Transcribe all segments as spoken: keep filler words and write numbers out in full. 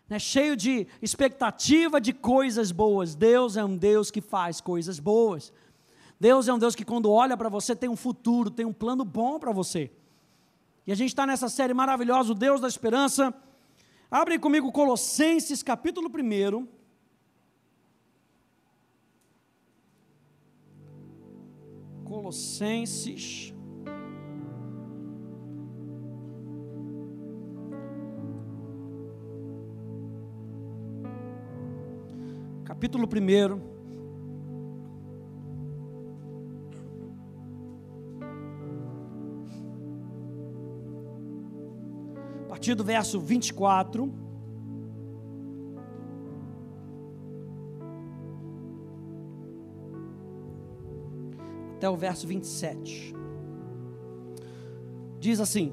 né, cheio de expectativa de coisas boas. Deus é um Deus que faz coisas boas. Deus é um Deus que quando olha para você tem um futuro, tem um plano bom para você. E a gente está nessa série maravilhosa, o Deus da Esperança. Abre comigo Colossenses capítulo um. Colossenses. Capítulo um. A partir do verso vinte e quatro. Até o verso vinte e sete. Diz assim: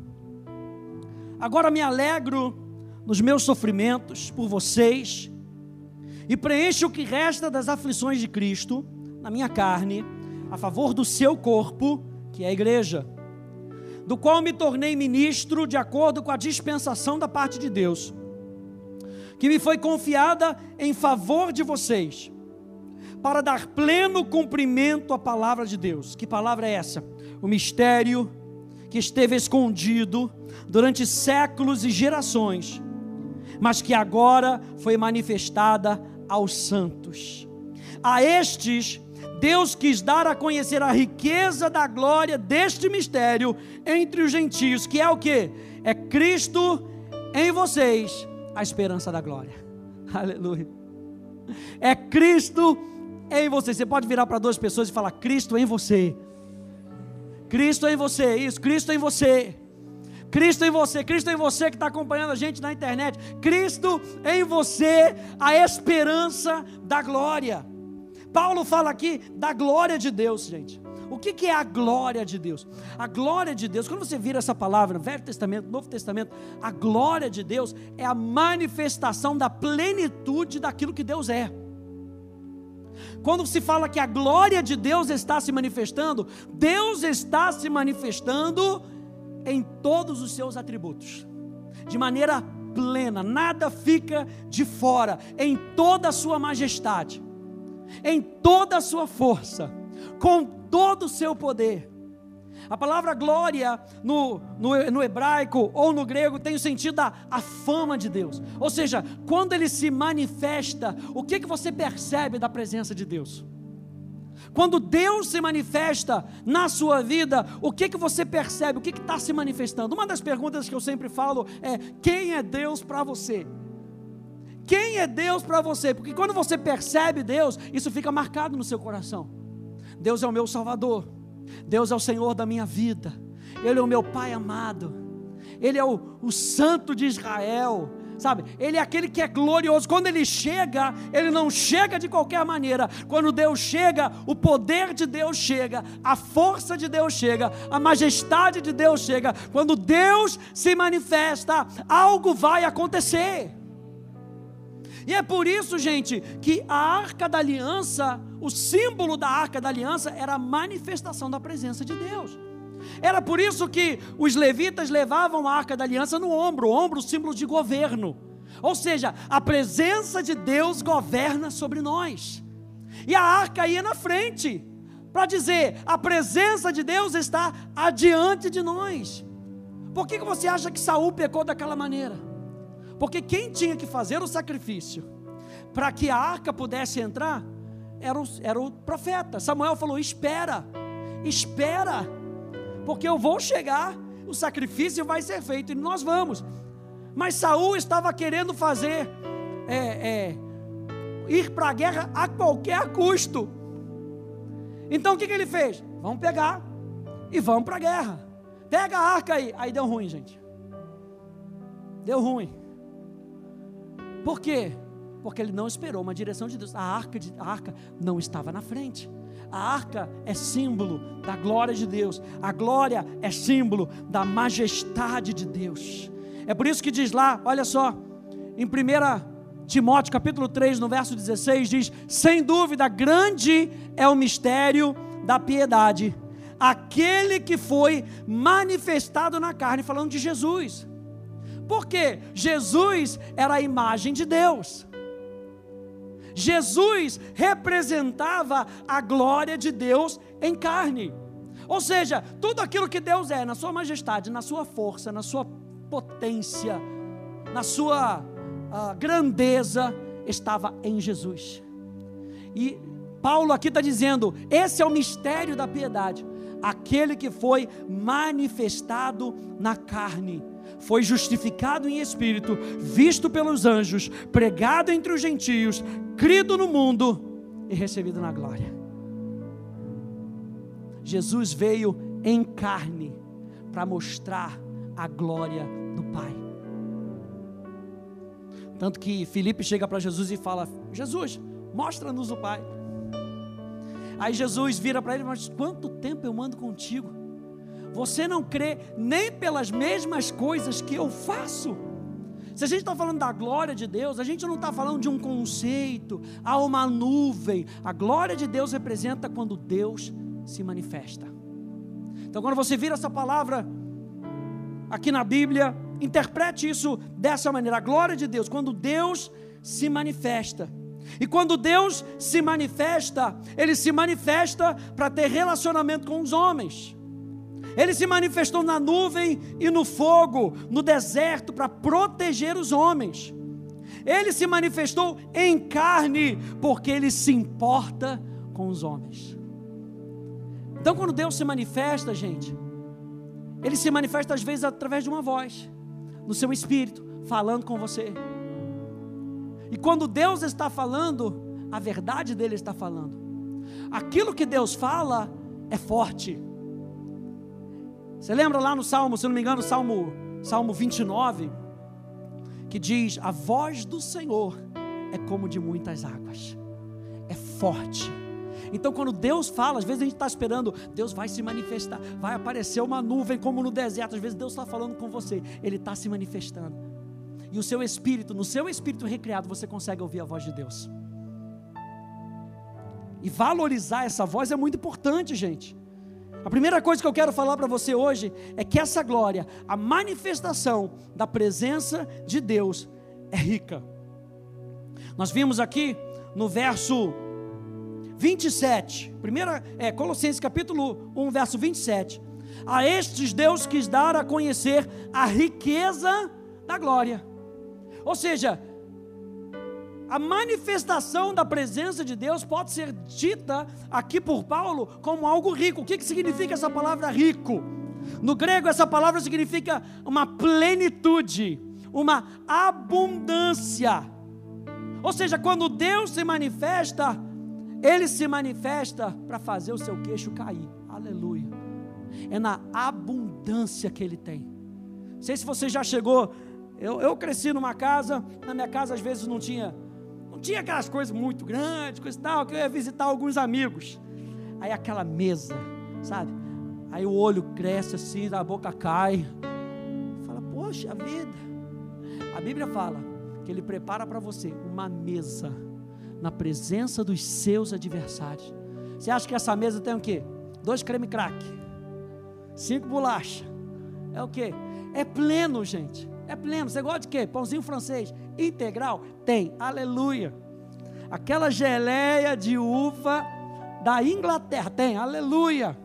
agora me alegro nos meus sofrimentos por vocês, e preencho o que resta das aflições de Cristo na minha carne, a favor do seu corpo, que é a igreja, do qual me tornei ministro de acordo com a dispensação da parte de Deus, que me foi confiada em favor de vocês, para dar pleno cumprimento à palavra de Deus. Que palavra é essa? O mistério que esteve escondido durante séculos e gerações, mas que agora foi manifestada aos santos. A estes Deus quis dar a conhecer a riqueza da glória deste mistério entre os gentios, que é o quê? É Cristo em vocês, a esperança da glória. Aleluia. É Cristo em você. Você pode virar para duas pessoas e falar: Cristo em você. Cristo em você, isso, Cristo em você. Cristo em você, Cristo em você que está acompanhando a gente na internet. Cristo em você, a esperança da glória. Paulo fala aqui da glória de Deus, gente. O que, que é a glória de Deus? A glória de Deus, quando você vira essa palavra no Velho Testamento, no Novo Testamento, a glória de Deus é a manifestação da plenitude daquilo que Deus é. Quando se fala que a glória de Deus está se manifestando, Deus está se manifestando em todos os seus atributos, de maneira plena, nada fica de fora, em toda a sua majestade, em toda a sua força, com todo o seu poder. A palavra glória no, no, no hebraico ou no grego tem o sentido da a fama de Deus, ou seja, quando Ele se manifesta, o que, que você percebe da presença de Deus? Quando Deus se manifesta na sua vida, o que, que você percebe? O que está se manifestando? Uma das perguntas que eu sempre falo é: quem é Deus para você? Quem é Deus para você? Porque quando você percebe Deus, isso fica marcado no seu coração. Deus é o meu Salvador, Deus é o Senhor da minha vida, Ele é o meu Pai amado, Ele é o, o Santo de Israel, sabe? Ele é aquele que é glorioso. Quando Ele chega, Ele não chega de qualquer maneira. Quando Deus chega, o poder de Deus chega, a força de Deus chega, a majestade de Deus chega. Quando Deus se manifesta, algo vai acontecer. E é por isso, gente, que a Arca da Aliança, o símbolo da Arca da Aliança era a manifestação da presença de Deus. Era por isso que os levitas levavam a Arca da Aliança no ombro, o ombro, símbolo de governo. Ou seja, a presença de Deus governa sobre nós. E a arca ia na frente, para dizer: a presença de Deus está adiante de nós. Por que, que você acha que Saul pecou daquela maneira? Porque quem tinha que fazer o sacrifício para que a arca pudesse entrar era o, era o profeta. Samuel falou: espera, espera, porque eu vou chegar, o sacrifício vai ser feito e nós vamos. Mas Saul estava querendo fazer é, é, ir para a guerra a qualquer custo. Então o que, que ele fez? Vamos pegar e vamos para a guerra. Pega a arca aí. Aí deu ruim, gente. Deu ruim. Por quê? Porque ele não esperou uma direção de Deus. A arca, de, a arca não estava na frente. A arca é símbolo da glória de Deus. A glória é símbolo da majestade de Deus. É por isso que diz lá, olha só, em primeiro Timóteo capítulo três, no verso dezesseis, diz: sem dúvida grande é o mistério da piedade, aquele que foi manifestado na carne, falando de Jesus. Porque Jesus era a imagem de Deus. Jesus representava a glória de Deus em carne. Ou seja, tudo aquilo que Deus é, na sua majestade, na sua força, na sua potência, na sua uh, grandeza, estava em Jesus. E Paulo aqui está dizendo, esse é o mistério da piedade. Aquele que foi manifestado na carne, foi justificado em espírito, visto pelos anjos, pregado entre os gentios, crido no mundo e recebido na glória. Jesus veio em carne para mostrar a glória do Pai. Tanto que Filipe chega para Jesus e fala: Jesus, mostra-nos o Pai. Aí Jesus vira para ele e fala: mas quanto tempo eu ando contigo? Você não crê nem pelas mesmas coisas que eu faço. Se a gente está falando da glória de Deus, a gente não está falando de um conceito, há uma nuvem. A glória de Deus representa quando Deus se manifesta. Então, quando você vira essa palavra aqui na Bíblia, interprete isso dessa maneira: a glória de Deus, quando Deus se manifesta. E quando Deus se manifesta, Ele se manifesta para ter relacionamento com os homens. Ele se manifestou na nuvem e no fogo, no deserto, para proteger os homens. Ele se manifestou em carne, porque Ele se importa com os homens. Então, quando Deus se manifesta, gente, Ele se manifesta às vezes através de uma voz, no seu espírito, falando com você. E quando Deus está falando, a verdade dele está falando. Aquilo que Deus fala é forte. Você lembra lá no Salmo, se não me engano, Salmo, Salmo vinte e nove, que diz: a voz do Senhor é como de muitas águas, é forte. Então, quando Deus fala, às vezes a gente está esperando, Deus vai se manifestar, vai aparecer uma nuvem como no deserto. Às vezes Deus está falando com você, Ele está se manifestando. E o seu espírito, no seu espírito recriado, você consegue ouvir a voz de Deus. E valorizar essa voz é muito importante, gente. A primeira coisa que eu quero falar para você hoje é que essa glória, a manifestação da presença de Deus é rica. Nós vimos aqui no verso vinte e sete, primeira, é, Colossenses capítulo um, verso vinte e sete. A estes Deus quis dar a conhecer a riqueza da glória. Ou seja, a manifestação da presença de Deus pode ser dita aqui por Paulo como algo rico. O que, que significa essa palavra rico? No grego, essa palavra significa uma plenitude, uma abundância. Ou seja, quando Deus se manifesta, Ele se manifesta para fazer o seu queixo cair. Aleluia. É na abundância que Ele tem. Não sei se você já chegou. Eu, eu cresci numa casa. Na minha casa às vezes não tinha Não tinha aquelas coisas muito grandes, coisa e tal, que eu ia visitar alguns amigos. Aí aquela mesa, sabe? Aí o olho cresce assim, a boca cai. Fala, poxa vida. A Bíblia fala que Ele prepara para você uma mesa na presença dos seus adversários. Você acha que essa mesa tem o quê? Dois creme crack, cinco bolachas. É o quê? É pleno, gente. É pleno. Você gosta de quê? Pãozinho francês integral? Tem. Aleluia. Aquela geleia de uva da Inglaterra? Tem. Aleluia.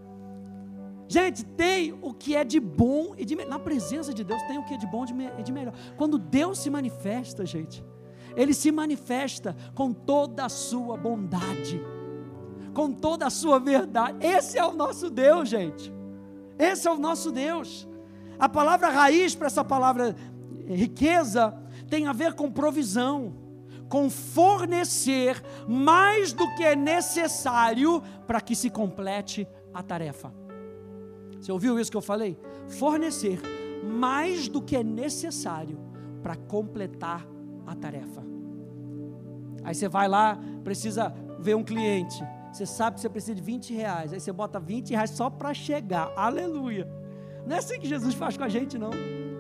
Gente, tem o que é de bom e de melhor. Na presença de Deus tem o que é de bom e de melhor. Quando Deus se manifesta, gente, Ele se manifesta com toda a sua bondade, com toda a sua verdade. Esse é o nosso Deus, gente. Esse é o nosso Deus. A palavra raiz para essa palavra riqueza tem a ver com provisão, com fornecer mais do que é necessário para que se complete a tarefa. Você ouviu isso que eu falei? Fornecer mais do que é necessário para completar a tarefa. Aí você vai lá, precisa ver um cliente, você sabe que você precisa de vinte reais, aí você bota vinte reais só para chegar. Aleluia. Não é assim que Jesus faz com a gente, não.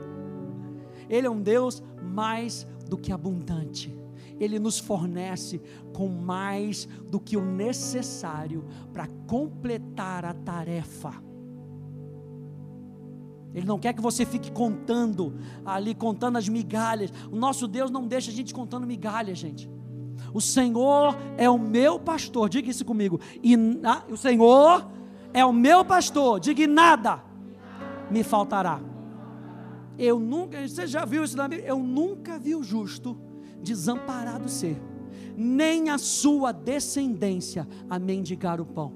Ele é um Deus mais do que abundante. Ele nos fornece com mais do que o necessário para completar a tarefa. Ele não quer que você fique contando ali, contando as migalhas. O nosso Deus não deixa a gente contando migalhas, gente. O Senhor é o meu pastor, diga isso comigo. E na, o Senhor é o meu pastor, diga, e nada me faltará. Eu nunca, você já viu isso na Bíblia? Eu nunca vi o justo desamparado ser, nem a sua descendência a mendigar o pão.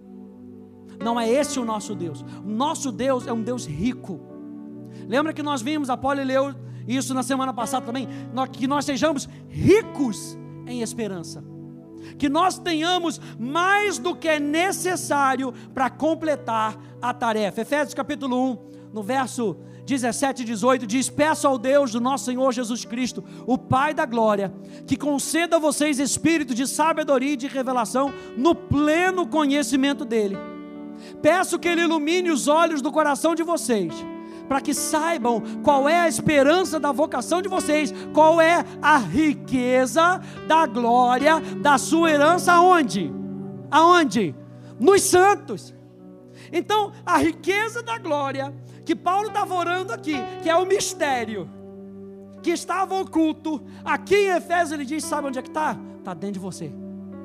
Não é esse o nosso Deus. O nosso Deus é um Deus rico. Lembra que nós vimos, a Poli leu isso na semana passada também, que nós sejamos ricos em esperança, que nós tenhamos mais do que é necessário para completar a tarefa. Efésios capítulo um, no verso dezessete e dezoito, diz: peço ao Deus do nosso Senhor Jesus Cristo, o Pai da glória, que conceda a vocês espírito de sabedoria e de revelação no pleno conhecimento dele. Peço que ele ilumine os olhos do coração de vocês, para que saibam qual é a esperança da vocação de vocês, qual é a riqueza da glória da sua herança, aonde? Aonde? Nos santos. Então, a riqueza da glória, que Paulo estava orando aqui, que é o mistério, que estava oculto, aqui em Efésios ele diz, sabe onde é que está? Está dentro de você.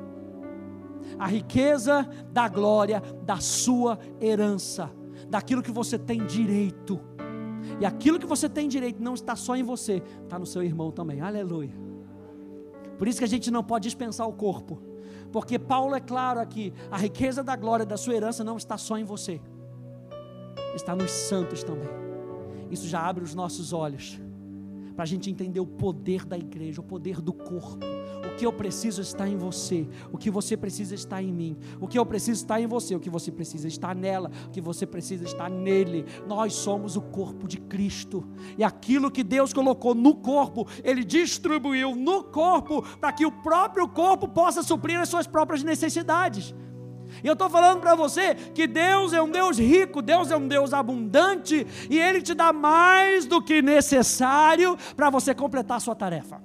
A riqueza da glória da sua herança, daquilo que você tem direito. E aquilo que você tem direito não está só em você, está no seu irmão também, aleluia. Por isso que a gente não pode dispensar o corpo, porque Paulo é claro aqui, a riqueza da glória da sua herança não está só em você, está nos santos também. Isso já abre os nossos olhos, para a gente entender o poder da igreja, o poder do corpo. O que eu preciso está em você, o que você precisa está em mim, o que eu preciso está em você, o que você precisa está nela, o que você precisa está nele. Nós somos o corpo de Cristo, e aquilo que Deus colocou no corpo, Ele distribuiu no corpo, para que o próprio corpo possa suprir as suas próprias necessidades. E eu estou falando para você que Deus é um Deus rico, Deus é um Deus abundante, e Ele te dá mais do que necessário para você completar a sua tarefa.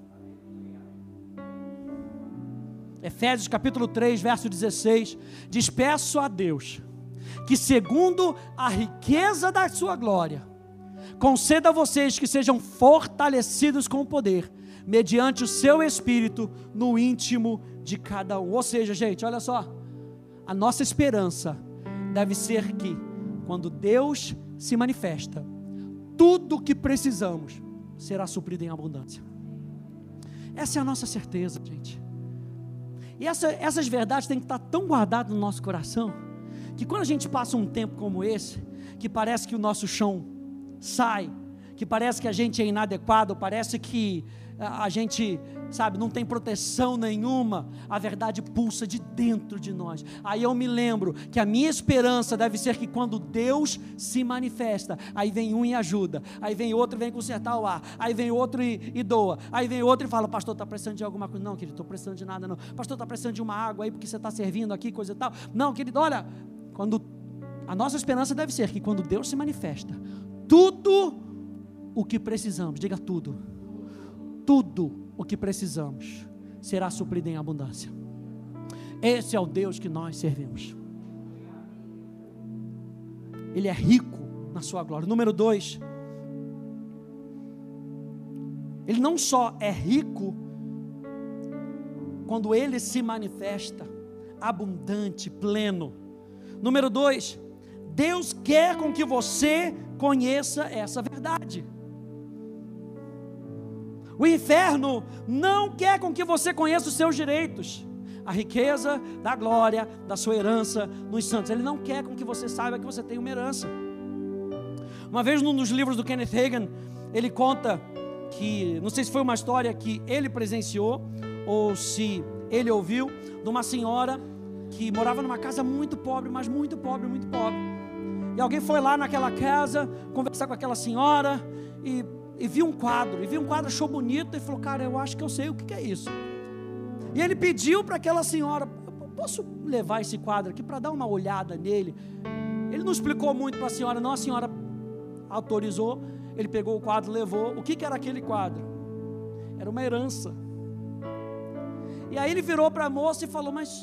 Efésios capítulo três, verso dezesseis, diz: peço a Deus, que segundo a riqueza da sua glória, conceda a vocês que sejam fortalecidos com o poder, mediante o seu Espírito, no íntimo de cada um. Ou seja, gente, olha só, a nossa esperança deve ser que, quando Deus se manifesta, tudo o que precisamos será suprido em abundância. Essa é a nossa certeza, gente. E essa, essas verdades têm que estar tão guardadas no nosso coração, que quando a gente passa um tempo como esse, que parece que o nosso chão sai, que parece que a gente é inadequado, parece que a gente, sabe, não tem proteção nenhuma, a verdade pulsa de dentro de nós. Aí eu me lembro que a minha esperança deve ser que quando Deus se manifesta, aí vem um e ajuda, aí vem outro e vem consertar o ar, aí vem outro e, e doa, aí vem outro e fala: pastor, está precisando de alguma coisa? Não, querido, estou precisando de nada não. Pastor, está precisando de uma água aí porque você está servindo aqui, coisa e tal. Não, querido, olha, quando a nossa esperança deve ser que quando Deus se manifesta, tudo o que precisamos, diga tudo, tudo o que precisamos será suprido em abundância. Esse é o Deus que nós servimos. Ele é rico na sua glória. Número dois, Ele não só é rico quando Ele se manifesta abundante, pleno. Número dois, Deus quer com que você conheça essa verdade. O inferno não quer com que você conheça os seus direitos, a riqueza da glória, da sua herança nos santos. Ele não quer com que você saiba que você tem uma herança. Uma vez num dos livros do Kenneth Hagin, ele conta que, não sei se foi uma história que ele presenciou, ou se ele ouviu, de uma senhora que morava numa casa muito pobre, mas muito pobre, muito pobre. E alguém foi lá naquela casa, conversar com aquela senhora, e E viu um quadro, e viu um quadro, achou bonito, e falou: cara, eu acho que eu sei o que, que é isso. E ele pediu para aquela senhora: posso levar esse quadro aqui para dar uma olhada nele? Ele não explicou muito para a senhora, não. A senhora autorizou, ele pegou o quadro, levou. O que, que era aquele quadro? Era uma herança. E aí ele virou para a moça e falou: mas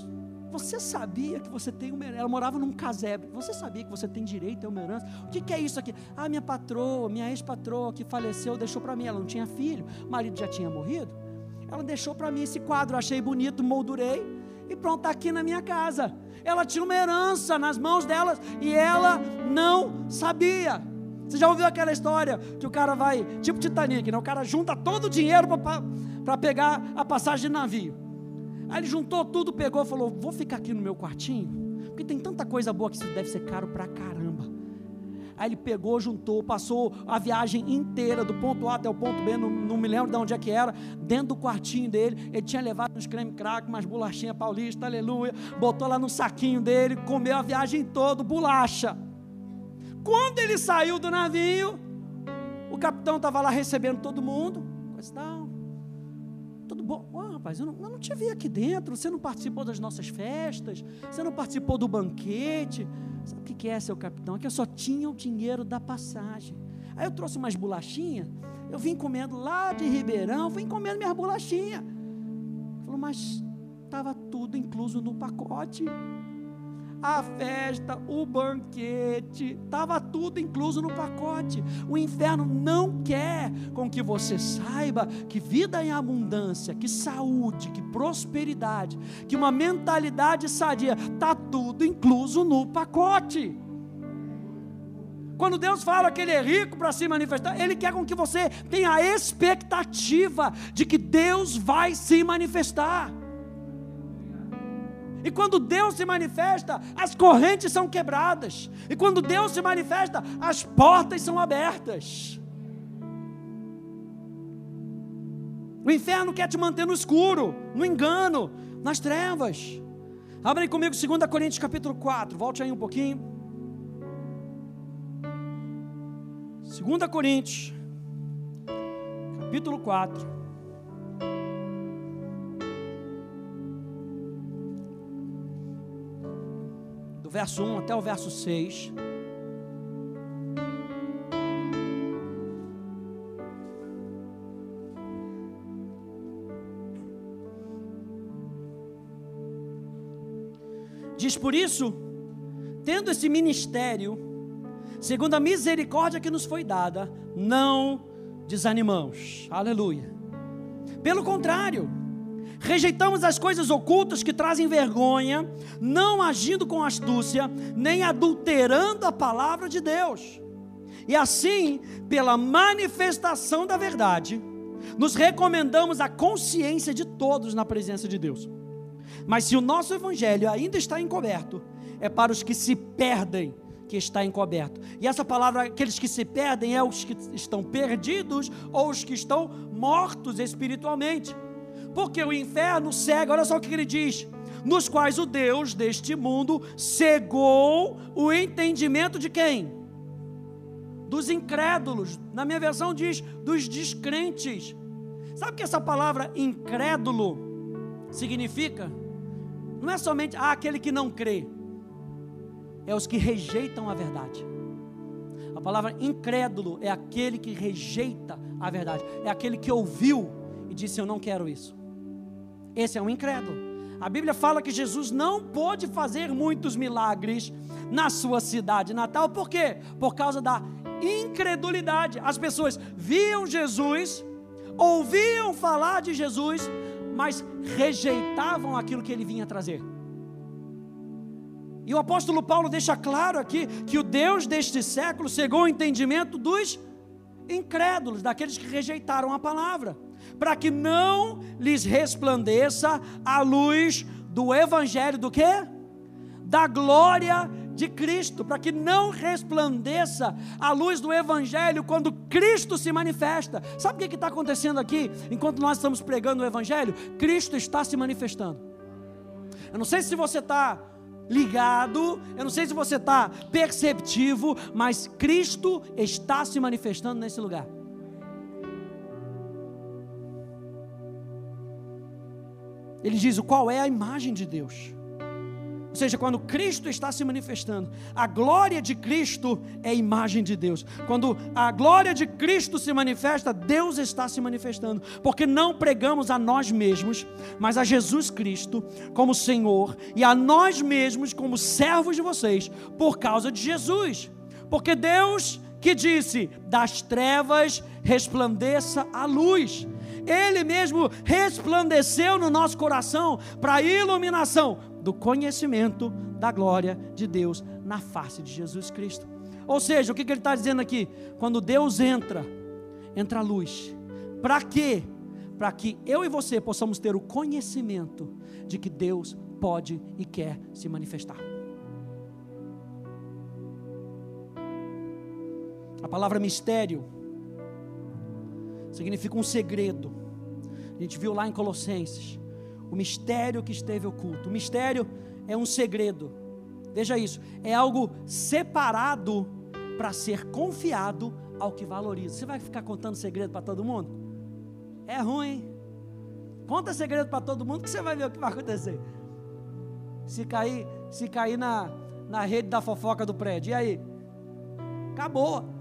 você sabia que você tem uma herança? Ela morava num casebre. Você sabia que você tem direito a uma herança? O que, que é isso aqui? Ah, minha patroa, minha ex-patroa que faleceu, deixou para mim. Ela não tinha filho, o marido já tinha morrido. Ela deixou para mim esse quadro, achei bonito, moldurei e pronto, está aqui na minha casa. Ela tinha uma herança nas mãos dela e ela não sabia. Você já ouviu aquela história que o cara vai, tipo Titanic, né? O cara junta todo o dinheiro para pegar a passagem de navio. Aí ele juntou tudo, pegou e falou, vou ficar aqui no meu quartinho, porque tem tanta coisa boa que isso deve ser caro pra caramba. Aí ele pegou, juntou, passou a viagem inteira, do ponto A até o ponto B, não, não me lembro de onde é que era, dentro do quartinho dele. Ele tinha levado uns creme crack, umas bolachinhas paulistas, aleluia, botou lá no saquinho dele, comeu a viagem toda, bolacha. Quando ele saiu do navio, o capitão estava lá recebendo todo mundo, coisa tal. Tudo bom? Oh, rapaz, eu não, eu não te vi aqui dentro, você não participou das nossas festas, você não participou do banquete. Sabe o que é, seu capitão? É que eu só tinha o dinheiro da passagem. Aí eu trouxe umas bolachinhas, eu vim comendo lá de Ribeirão, vim comendo minhas bolachinhas. Falou, mas estava tudo incluso no pacote. A festa, o banquete, estava tudo incluso no pacote. O inferno não quer com que você saiba que vida em abundância, que saúde, que prosperidade, que uma mentalidade sadia, está tudo incluso no pacote. Quando Deus fala que Ele é rico para se manifestar, Ele quer com que você tenha a expectativa de que Deus vai se manifestar. E quando Deus se manifesta, as correntes são quebradas. E quando Deus se manifesta, as portas são abertas. O inferno quer te manter no escuro, no engano, nas trevas. Abra aí comigo dois Coríntios capítulo quatro, volte aí um pouquinho. dois Coríntios capítulo quatro. Do verso um até o verso seis. Diz, por isso, tendo esse ministério, segundo a misericórdia que nos foi dada, não desanimamos. Aleluia. Pelo contrário, rejeitamos as coisas ocultas que trazem vergonha, não agindo com astúcia, nem adulterando a palavra de Deus. E assim, pela manifestação da verdade, nos recomendamos a consciência de todos na presença de Deus. Mas se o nosso evangelho ainda está encoberto, é para os que se perdem que está encoberto. E essa palavra, aqueles que se perdem, é os que estão perdidos ou os que estão mortos espiritualmente. Porque o inferno cega, olha só o que ele diz, nos quais o Deus deste mundo cegou o entendimento de quem? Dos incrédulos. Na minha versão diz, dos descrentes. Sabe o que essa palavra incrédulo significa? Não é somente ah, aquele que não crê, é os que rejeitam a verdade. A palavra incrédulo é aquele que rejeita a verdade, é aquele que ouviu e disse, eu não quero isso. Esse é um incrédulo. A Bíblia fala que Jesus não pôde fazer muitos milagres na sua cidade natal. Por quê? Por causa da incredulidade. As pessoas viam Jesus, ouviam falar de Jesus, mas rejeitavam aquilo que ele vinha trazer. E o apóstolo Paulo deixa claro aqui que o Deus deste século cegou o entendimento dos incrédulos, daqueles que rejeitaram a palavra, para que não lhes resplandeça a luz do evangelho do quê? Da glória de Cristo, para que não resplandeça a luz do evangelho quando Cristo se manifesta. Sabe o que está acontecendo aqui? Enquanto nós estamos pregando o evangelho, Cristo está se manifestando. Eu não sei se você está ligado, eu não sei se você está perceptivo, mas Cristo está se manifestando nesse lugar. Ele diz, qual é a imagem de Deus? Ou seja, quando Cristo está se manifestando, a glória de Cristo é a imagem de Deus. Quando a glória de Cristo se manifesta, Deus está se manifestando. Porque não pregamos a nós mesmos, mas a Jesus Cristo como Senhor, e a nós mesmos como servos de vocês, por causa de Jesus. Porque Deus que disse, das trevas resplandeça a luz. Ele mesmo resplandeceu no nosso coração para a iluminação do conhecimento da glória de Deus na face de Jesus Cristo. Ou seja, o que, que ele está dizendo aqui? Quando Deus entra, entra a luz. Para quê? Para que eu e você possamos ter o conhecimento de que Deus pode e quer se manifestar. A palavra mistério significa um segredo. A gente viu lá em Colossenses, o mistério que esteve oculto. O mistério é um segredo. Veja isso, é algo separado para ser confiado ao que valoriza. Você vai ficar contando segredo para todo mundo? É ruim. Conta segredo para todo mundo que você vai ver o que vai acontecer. Se cair, se cair na, na rede da fofoca do prédio, e aí? Acabou.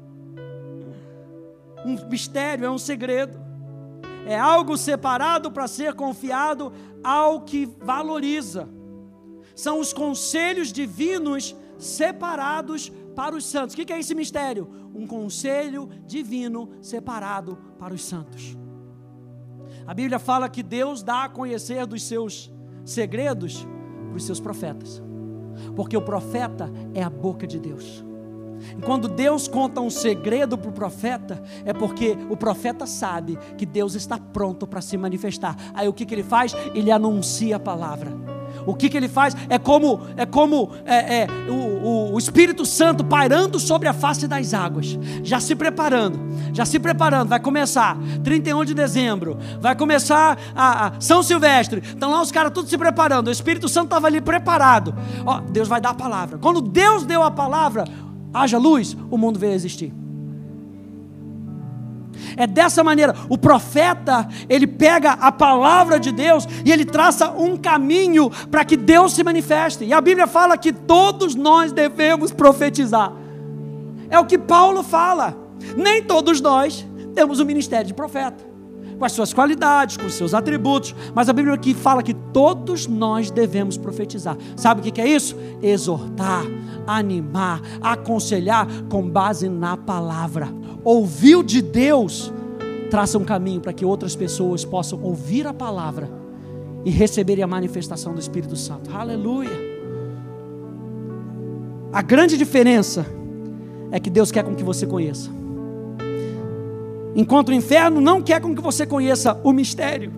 Um mistério é um segredo, é algo separado para ser confiado ao que valoriza. São os conselhos divinos separados para os santos. O que é esse mistério? Um conselho divino separado para os santos. A Bíblia fala que Deus dá a conhecer dos seus segredos para os seus profetas, porque o profeta é a boca de Deus. E quando Deus conta um segredo para o profeta, é porque o profeta sabe que Deus está pronto para se manifestar. Aí o que, que ele faz? Ele anuncia a palavra. O que, que ele faz? É como, é como é, é, o, o Espírito Santo pairando sobre a face das águas, já se preparando, já se preparando. Vai começar trinta e um de dezembro, vai começar a, a São Silvestre. Estão lá os caras todos se preparando. O Espírito Santo estava ali preparado. Ó, Deus vai dar a palavra. Quando Deus deu a palavra, haja luz, o mundo veio a existir. É dessa maneira, o profeta, ele pega a palavra de Deus e ele traça um caminho para que Deus se manifeste. E a Bíblia fala que todos nós devemos profetizar. É o que Paulo fala. Nem todos nós temos o ministério de profeta, com as suas qualidades, com os seus atributos, mas a Bíblia aqui fala que todos nós devemos profetizar. Sabe o que é isso? Exortar, animar, aconselhar com base na palavra. Ouvir de Deus traça um caminho para que outras pessoas possam ouvir a palavra e receberem a manifestação do Espírito Santo. Aleluia! A grande diferença é que Deus quer com que você conheça, enquanto o inferno não quer com que você conheça o mistério.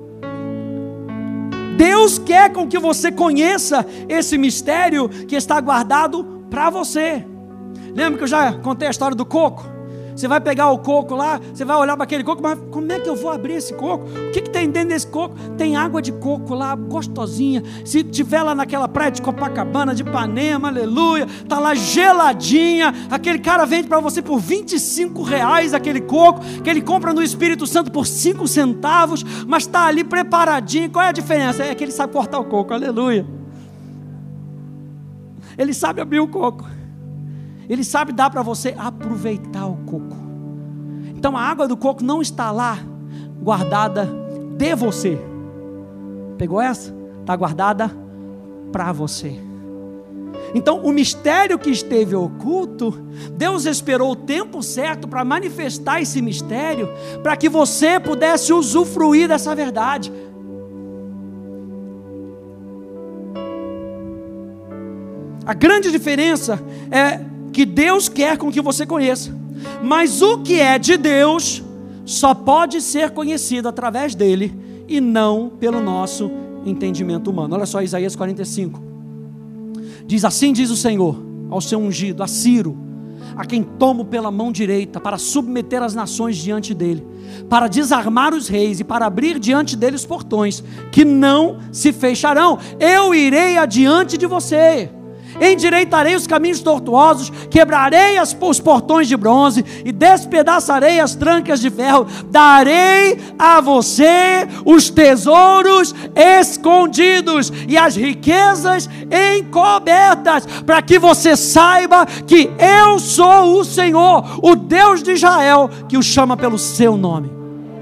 Deus quer com que você conheça esse mistério que está guardado para você. Lembra que eu já contei a história do coco? Você vai pegar o coco lá, você vai olhar para aquele coco, mas como é que eu vou abrir esse coco? O que, que tem dentro desse coco? Tem água de coco lá, gostosinha. Se tiver lá naquela praia de Copacabana, de Ipanema, aleluia, está lá geladinha. Aquele cara vende para você por vinte e cinco reais aquele coco, que ele compra no Espírito Santo por cinco centavos, mas está ali preparadinho. Qual é a diferença? É que ele sabe cortar o coco, aleluia. Ele sabe abrir o coco. Ele sabe dar para você aproveitar o coco. Então a água do coco não está lá guardada de você. Pegou essa? Está guardada para você. Então o mistério que esteve oculto, Deus esperou o tempo certo para manifestar esse mistério, para que você pudesse usufruir dessa verdade. A grande diferença é que Deus quer com que você conheça, mas o que é de Deus só pode ser conhecido através dele e não pelo nosso entendimento humano. Olha só Isaías quarenta e cinco, diz assim: diz o Senhor ao seu ungido, a Ciro, a quem tomo pela mão direita para submeter as nações diante dele, para desarmar os reis e para abrir diante dele os portões que não se fecharão. Eu irei adiante de você, endireitarei os caminhos tortuosos, quebrarei as, os portões de bronze e despedaçarei as trancas de ferro. Darei a você os tesouros escondidos e as riquezas encobertas, para que você saiba que eu sou o Senhor, o Deus de Israel, que o chama pelo seu nome.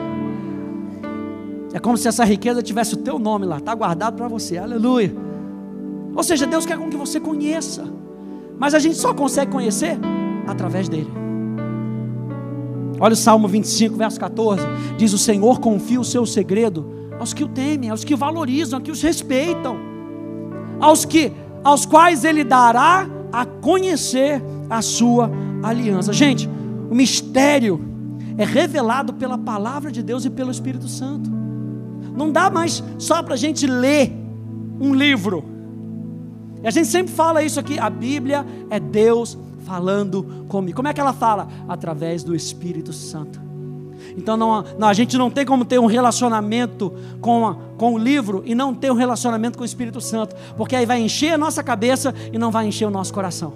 É como se essa riqueza tivesse o teu nome lá, está guardado para você, aleluia. Ou seja, Deus quer com que você conheça, mas a gente só consegue conhecer através dele. Olha o Salmo vinte e cinco, verso quatorze, diz: o Senhor confia o seu segredo aos que o temem, aos que o valorizam, aos que os respeitam, aos, que, aos quais ele dará a conhecer a sua aliança. Gente, o mistério é revelado pela palavra de Deus e pelo Espírito Santo. Não dá mais só para a gente ler um livro. E a gente sempre fala isso aqui, a Bíblia é Deus falando comigo. Como é que ela fala? Através do Espírito Santo. Então não, não, a gente não tem como ter um relacionamento com, a, com o livro e não ter um relacionamento com o Espírito Santo, porque aí vai encher a nossa cabeça e não vai encher o nosso coração.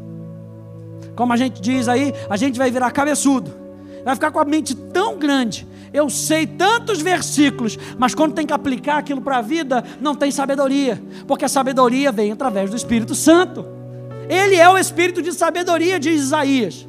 Como a gente diz aí, a gente vai virar cabeçudo, vai ficar com a mente tão grande. Eu sei tantos versículos, mas quando tem que aplicar aquilo para a vida, não tem sabedoria, porque a sabedoria vem através do Espírito Santo. Ele é o Espírito de sabedoria, diz Isaías.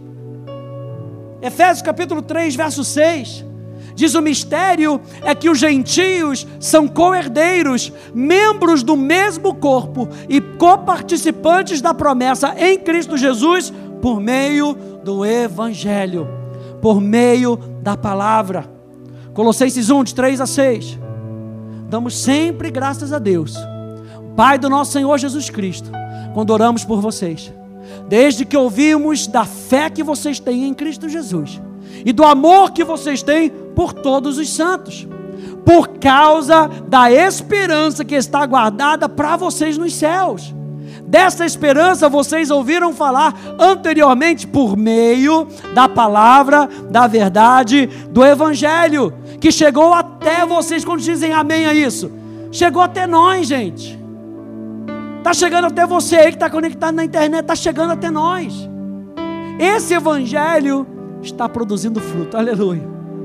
Efésios capítulo três, verso seis, diz: o mistério é que os gentios são co-herdeiros, membros do mesmo corpo e coparticipantes da promessa em Cristo Jesus, por meio do Evangelho, por meio da palavra. Colossenses um, de três a seis, damos sempre graças a Deus, o Pai do nosso Senhor Jesus Cristo, quando oramos por vocês, desde que ouvimos da fé que vocês têm em Cristo Jesus, e do amor que vocês têm por todos os santos, por causa da esperança que está guardada para vocês nos céus. Dessa esperança vocês ouviram falar anteriormente por meio da palavra da verdade do Evangelho, que chegou até vocês. Quando dizem amém a isso, chegou até nós, gente. Está chegando até você aí que está conectado na internet, está chegando até nós. Esse Evangelho está produzindo fruto, aleluia,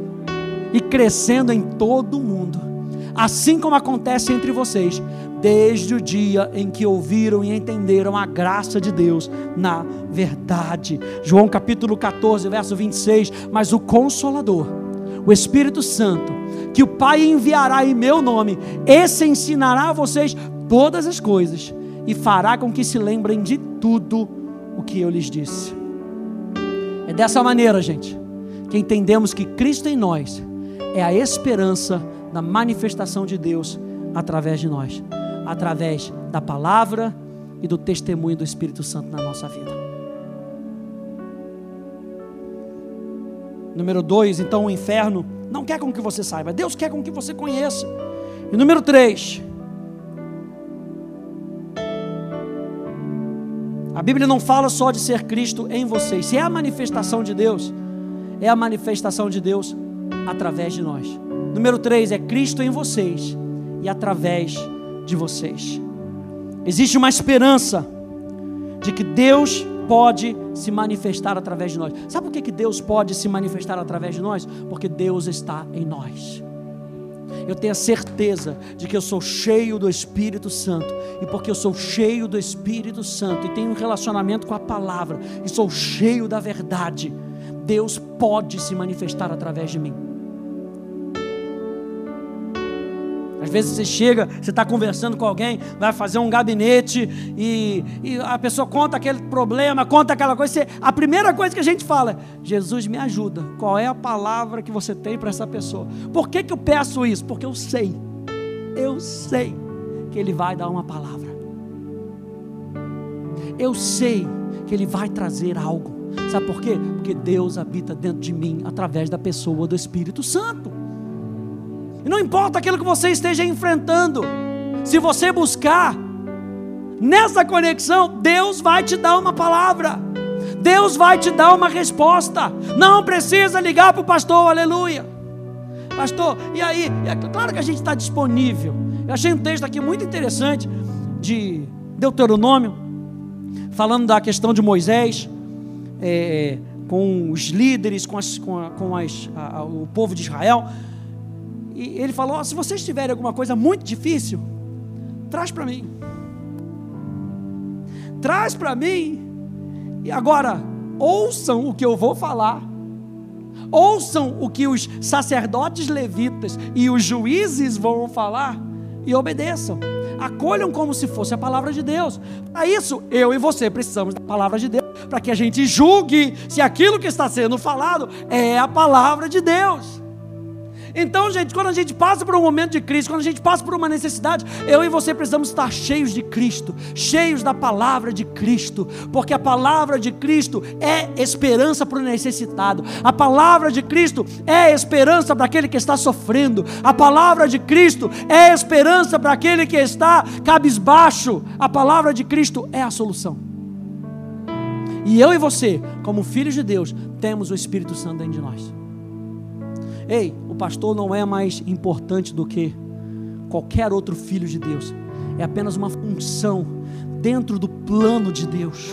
e crescendo em todo o mundo, assim como acontece entre vocês, desde o dia em que ouviram e entenderam a graça de Deus na verdade. João capítulo catorze, verso vinte e seis, mas o Consolador, o Espírito Santo, que o Pai enviará em meu nome, esse ensinará a vocês todas as coisas, e fará com que se lembrem de tudo o que eu lhes disse. É dessa maneira, gente, que entendemos que Cristo em nós é a esperança da manifestação de Deus através de nós, através da palavra e do testemunho do Espírito Santo na nossa vida. Número dois, então o inferno não quer com que você saiba, Deus quer com que você conheça. E número três, a Bíblia não fala só de ser Cristo em vocês. Se é a manifestação de Deus, é a manifestação de Deus através de nós. Número três, é Cristo em vocês e através de vocês. Existe uma esperança de que Deus pode se manifestar através de nós. Sabe por que que Deus pode se manifestar através de nós? Porque Deus está em nós. Eu tenho a certeza de que eu sou cheio do Espírito Santo, e porque eu sou cheio do Espírito Santo e tenho um relacionamento com a palavra e sou cheio da verdade, Deus pode se manifestar através de mim. Às vezes você chega, você está conversando com alguém, vai fazer um gabinete e, e a pessoa conta aquele problema, conta aquela coisa, você, a primeira coisa que a gente fala é: Jesus, me ajuda, qual é a palavra que você tem para essa pessoa? Por que que eu peço isso? Porque eu sei, eu sei que Ele vai dar uma palavra, eu sei que Ele vai trazer algo. Sabe por quê? Porque Deus habita dentro de mim através da pessoa do Espírito Santo. E não importa aquilo que você esteja enfrentando, se você buscar nessa conexão, Deus vai te dar uma palavra, Deus vai te dar uma resposta. Não precisa ligar para o pastor, aleluia. Pastor, e aí? É claro que a gente está disponível. Eu achei um texto aqui muito interessante de Deuteronômio, falando da questão de Moisés, é, com os líderes, com, as, com, a, com as, a, a, o povo de Israel. E ele falou: oh, se vocês tiverem alguma coisa muito difícil, traz para mim. Traz para mim. E agora, ouçam o que eu vou falar. Ouçam o que os sacerdotes levitas e os juízes vão falar e obedeçam. Acolham como se fosse a palavra de Deus. Para isso, eu e você precisamos da palavra de Deus, para que a gente julgue se aquilo que está sendo falado é a palavra de Deus. Então, gente, quando a gente passa por um momento de crise, quando a gente passa por uma necessidade, eu e você precisamos estar cheios de Cristo, cheios da palavra de Cristo, porque a palavra de Cristo é esperança para o necessitado, a palavra de Cristo é esperança para aquele que está sofrendo, a palavra de Cristo é esperança para aquele que está cabisbaixo, a palavra de Cristo é a solução. E eu e você, como filhos de Deus, temos o Espírito Santo dentro de nós. Ei, o pastor não é mais importante do que qualquer outro filho de Deus. É apenas uma função dentro do plano de Deus.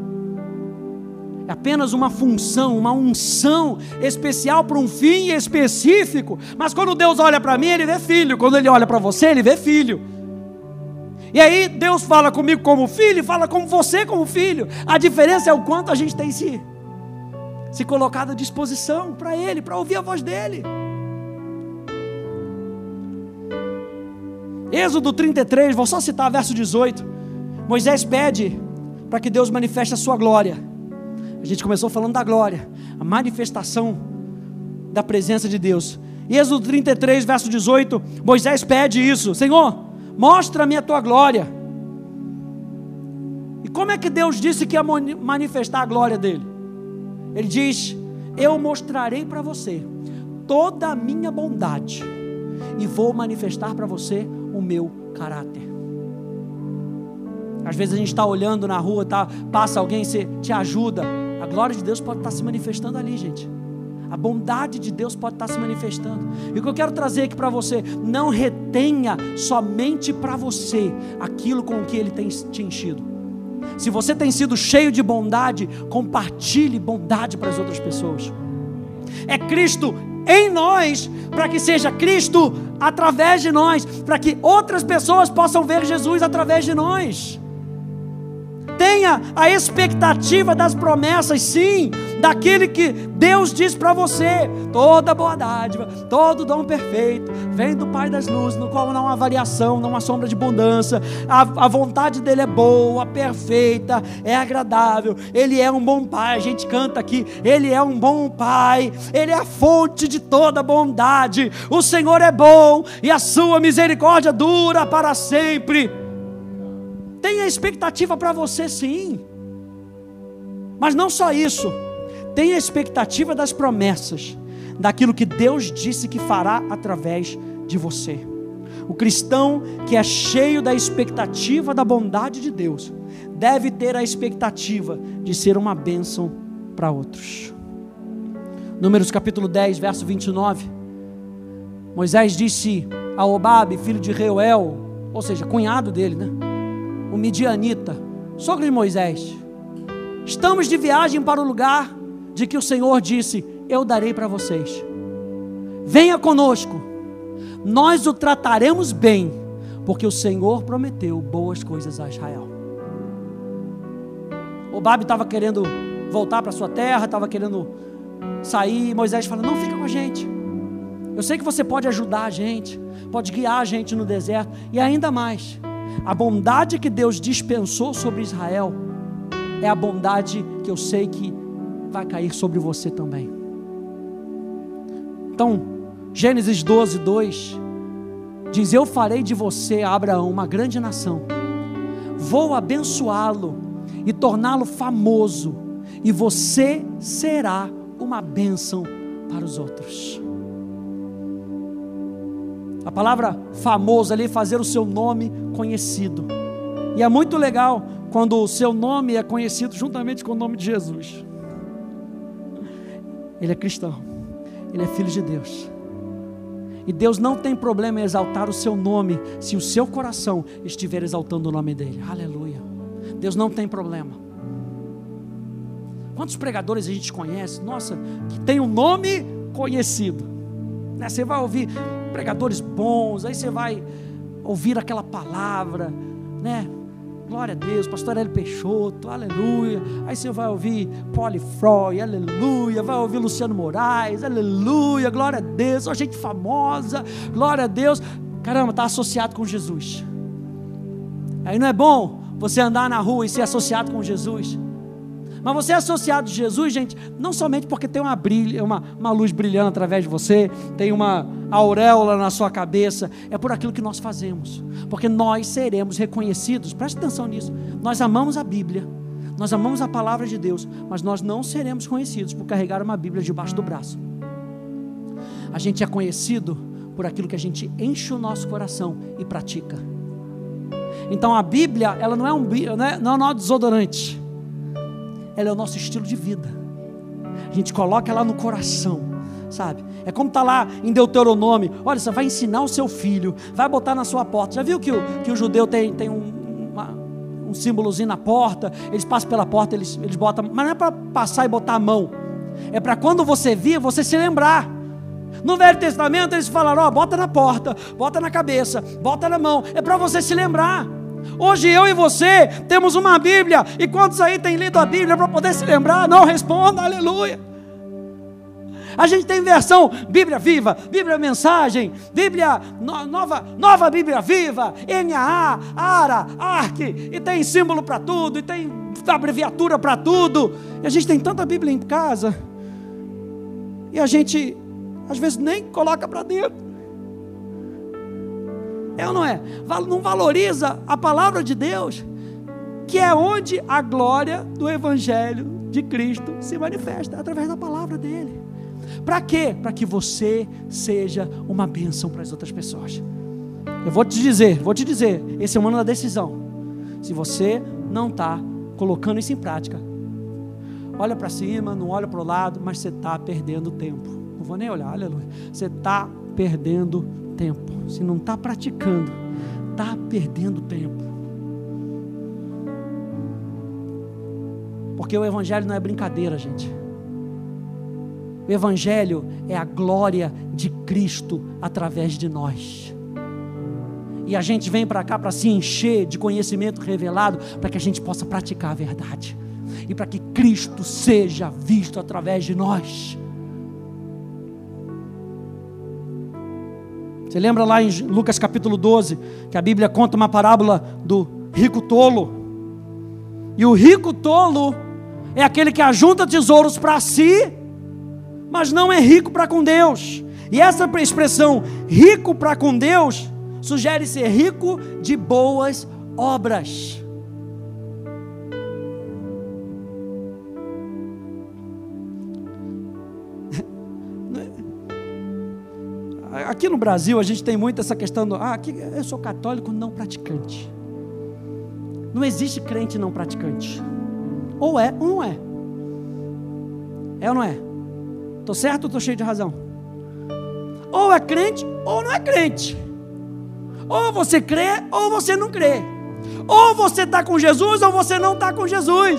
É apenas uma função, uma unção especial para um fim específico. Mas quando Deus olha para mim, Ele vê filho. Quando Ele olha para você, Ele vê filho. E aí Deus fala comigo como filho e fala com você como filho. A diferença é o quanto a gente tem se... se colocado à disposição para Ele, para ouvir a voz dEle. Êxodo trinta e três, vou só citar verso dezoito. Moisés pede para que Deus manifeste a sua glória. A gente começou falando da glória, a manifestação da presença de Deus. Êxodo trinta e três, verso dezoito, Moisés pede isso: Senhor, mostra-me a tua glória. E como é que Deus disse que ia manifestar a glória dele? Ele diz: eu mostrarei para você toda a minha bondade e vou manifestar para você o meu caráter. Às vezes a gente está olhando na rua, tá, passa alguém, você te ajuda. A glória de Deus pode estar se manifestando ali, gente. A bondade de Deus pode estar se manifestando. E o que eu quero trazer aqui para você: não retenha somente para você aquilo com o que Ele tem te enchido. Se você tem sido cheio de bondade, compartilhe bondade para as outras pessoas. É Cristo em nós, para que seja Cristo através de nós, para que outras pessoas possam ver Jesus através de nós. Tenha a expectativa das promessas, sim, daquele que Deus diz para você: toda boa dádiva, todo dom perfeito vem do Pai das luzes, no qual não há variação, não há sombra de abundância. A, a vontade dele é boa, perfeita, é agradável. Ele é um bom Pai. A gente canta aqui: Ele é um bom Pai, Ele é a fonte de toda bondade. O Senhor é bom e a sua misericórdia dura para sempre. Tenha expectativa para você, sim, mas não só isso. Tenha expectativa das promessas, daquilo que Deus disse que fará através de você. O cristão que é cheio da expectativa da bondade de Deus deve ter a expectativa de ser uma bênção para outros. Números capítulo dez, verso vinte e nove. Moisés disse a Obabe, filho de Reuel, ou seja, cunhado dele, né? O midianita, sogro de Moisés: estamos de viagem para o lugar de que o Senhor disse: eu darei para vocês. Venha conosco, nós o trataremos bem, porque o Senhor prometeu boas coisas a Israel. Obabe estava querendo voltar para sua terra, estava querendo sair. Moisés fala: não, fica com a gente. Eu sei que você pode ajudar a gente, pode guiar a gente no deserto. E ainda mais, a bondade que Deus dispensou sobre Israel é a bondade que eu sei que vai cair sobre você também. Então, Gênesis doze, dois diz: eu farei de você, Abraão, uma grande nação, vou abençoá-lo e torná-lo famoso, e você será uma bênção para os outros. A palavra famoso ali, fazer o seu nome conhecido. E é muito legal quando o seu nome é conhecido juntamente com o nome de Jesus. Ele é cristão, ele é filho de Deus. E Deus não tem problema em exaltar o seu nome, se o seu coração estiver exaltando o nome dele. Aleluia. Deus não tem problema. Quantos pregadores a gente conhece, nossa, que tem um nome conhecido, né? Você vai ouvir pregadores bons, aí você vai ouvir aquela palavra, né? Glória a Deus, pastor Hélio Peixoto, aleluia. Aí você vai ouvir Paulo Freud, aleluia. Vai ouvir Luciano Moraes, aleluia, glória a Deus. Só gente famosa, glória a Deus. Caramba, está associado com Jesus. Aí não é bom você andar na rua e ser associado com Jesus. Mas você é associado de Jesus, gente, não somente porque tem uma, brilha, uma, uma luz brilhando através de você, tem uma auréola na sua cabeça, é por aquilo que nós fazemos, porque nós seremos reconhecidos. Preste atenção nisso. Nós amamos a Bíblia, nós amamos a palavra de Deus, mas nós não seremos conhecidos por carregar uma Bíblia debaixo do braço. A gente é conhecido por aquilo que a gente enche o nosso coração e pratica. Então a Bíblia, ela não é um, não é, não é um desodorante, ela é o nosso estilo de vida. A gente coloca ela no coração, sabe? É como está lá em Deuteronômio. Olha, você vai ensinar o seu filho, vai botar na sua porta. Já viu que o, que o judeu tem, tem um, uma, um símbolozinho na porta? Eles passam pela porta, eles, eles botam, mas não é para passar e botar a mão, é para quando você vir, você se lembrar. No Velho Testamento eles falaram, ó, bota na porta, bota na cabeça, bota na mão, é para você se lembrar. Hoje eu e você temos uma Bíblia, e quantos aí têm lido a Bíblia para poder se lembrar? Não responda, aleluia. A gente tem versão Bíblia Viva, Bíblia Mensagem, Bíblia Nova, Nova Bíblia Viva, N A A, ARA, ARC, e tem símbolo para tudo, e tem abreviatura para tudo, e a gente tem tanta Bíblia em casa, e a gente às vezes nem coloca para dentro. É ou não é? Não valoriza a palavra de Deus, que é onde a glória do Evangelho de Cristo se manifesta, através da palavra dele. Para quê? Para que você seja uma bênção para as outras pessoas. Eu vou te dizer, vou te dizer, esse é o ano da decisão. Se você não está colocando isso em prática, olha para cima, não olha para o lado, mas você está perdendo tempo. Não vou nem olhar, aleluia. Você está perdendo tempo. Se não está praticando, está perdendo tempo. Porque o Evangelho não é brincadeira, gente. O Evangelho é a glória de Cristo através de nós. E a gente vem para cá para se encher de conhecimento revelado, para que a gente possa praticar a verdade. E para que Cristo seja visto através de nós. Você lembra lá em Lucas capítulo doze, que a Bíblia conta uma parábola do rico tolo? E o rico tolo é aquele que ajunta tesouros para si, mas não é rico para com Deus. E essa expressão, rico para com Deus, sugere ser rico de boas obras. Aqui no Brasil a gente tem muito essa questão do, ah, aqui eu sou católico não praticante. Não existe crente não praticante. Ou é ou não é. É ou não é? Estou certo ou estou cheio de razão? Ou é crente ou não é crente. Ou você crê ou você não crê. Ou você está com Jesus ou você não está com Jesus.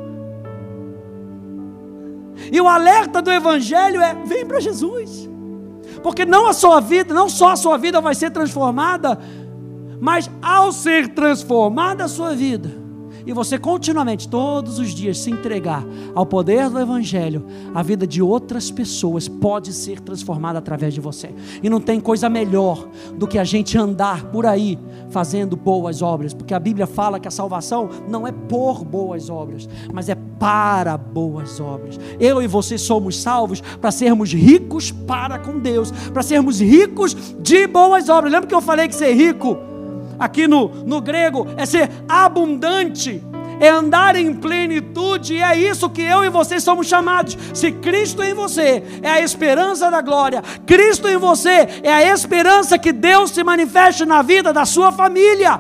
E o alerta do Evangelho é, vem para Jesus. Porque não a sua vida, não só a sua vida vai ser transformada, mas ao ser transformada a sua vida, e você continuamente, todos os dias, se entregar ao poder do Evangelho, a vida de outras pessoas pode ser transformada através de você. E não tem coisa melhor do que a gente andar por aí fazendo boas obras, porque a Bíblia fala que a salvação não é por boas obras, mas é para boas obras. Eu e você somos salvos para sermos ricos para com Deus, para sermos ricos de boas obras. Lembra que eu falei que ser rico aqui no, no grego é ser abundante, é andar em plenitude, e é isso que eu e você somos chamados. Se Cristo em você é a esperança da glória, Cristo em você é a esperança que Deus se manifeste na vida da sua família.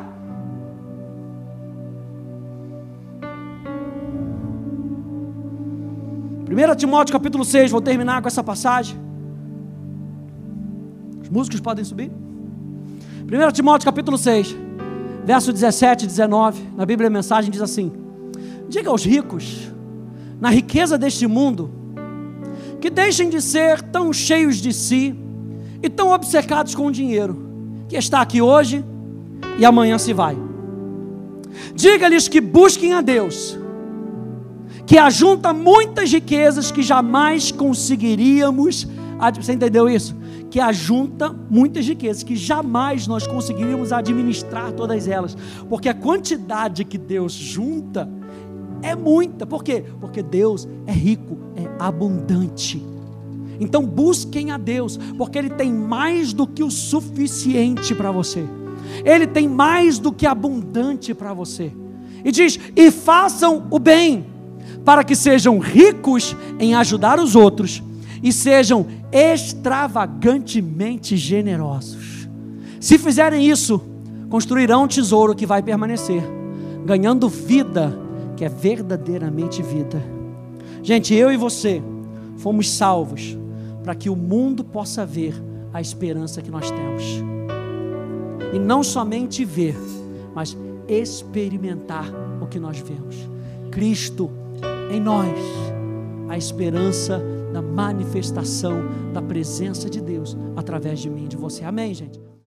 primeiro Timóteo capítulo seis, vou terminar com essa passagem. Os músicos podem subir. primeiro Timóteo capítulo seis, verso dezessete e dezenove, na Bíblia a mensagem diz assim: diga aos ricos, na riqueza deste mundo, que deixem de ser tão cheios de si e tão obcecados com o dinheiro, que está aqui hoje e amanhã se vai. Diga-lhes que busquem a Deus, que ajunta muitas riquezas que jamais conseguiríamos. Você entendeu isso? Que ajunta muitas riquezas que jamais nós conseguiríamos administrar todas elas, porque a quantidade que Deus junta é muita. Por quê? Porque Deus é rico, é abundante. Então busquem a Deus, porque Ele tem mais do que o suficiente para você. Ele tem mais do que abundante para você. E diz: e façam o bem, para que sejam ricos em ajudar os outros e sejam extravagantemente generosos. Se fizerem isso, construirão um tesouro que vai permanecer, ganhando vida, que é verdadeiramente vida. Gente, eu e você fomos salvos para que o mundo possa ver a esperança que nós temos. E não somente ver, mas experimentar o que nós vemos. Cristo em nós, a esperança da manifestação da presença de Deus através de mim e de você. Amém, gente?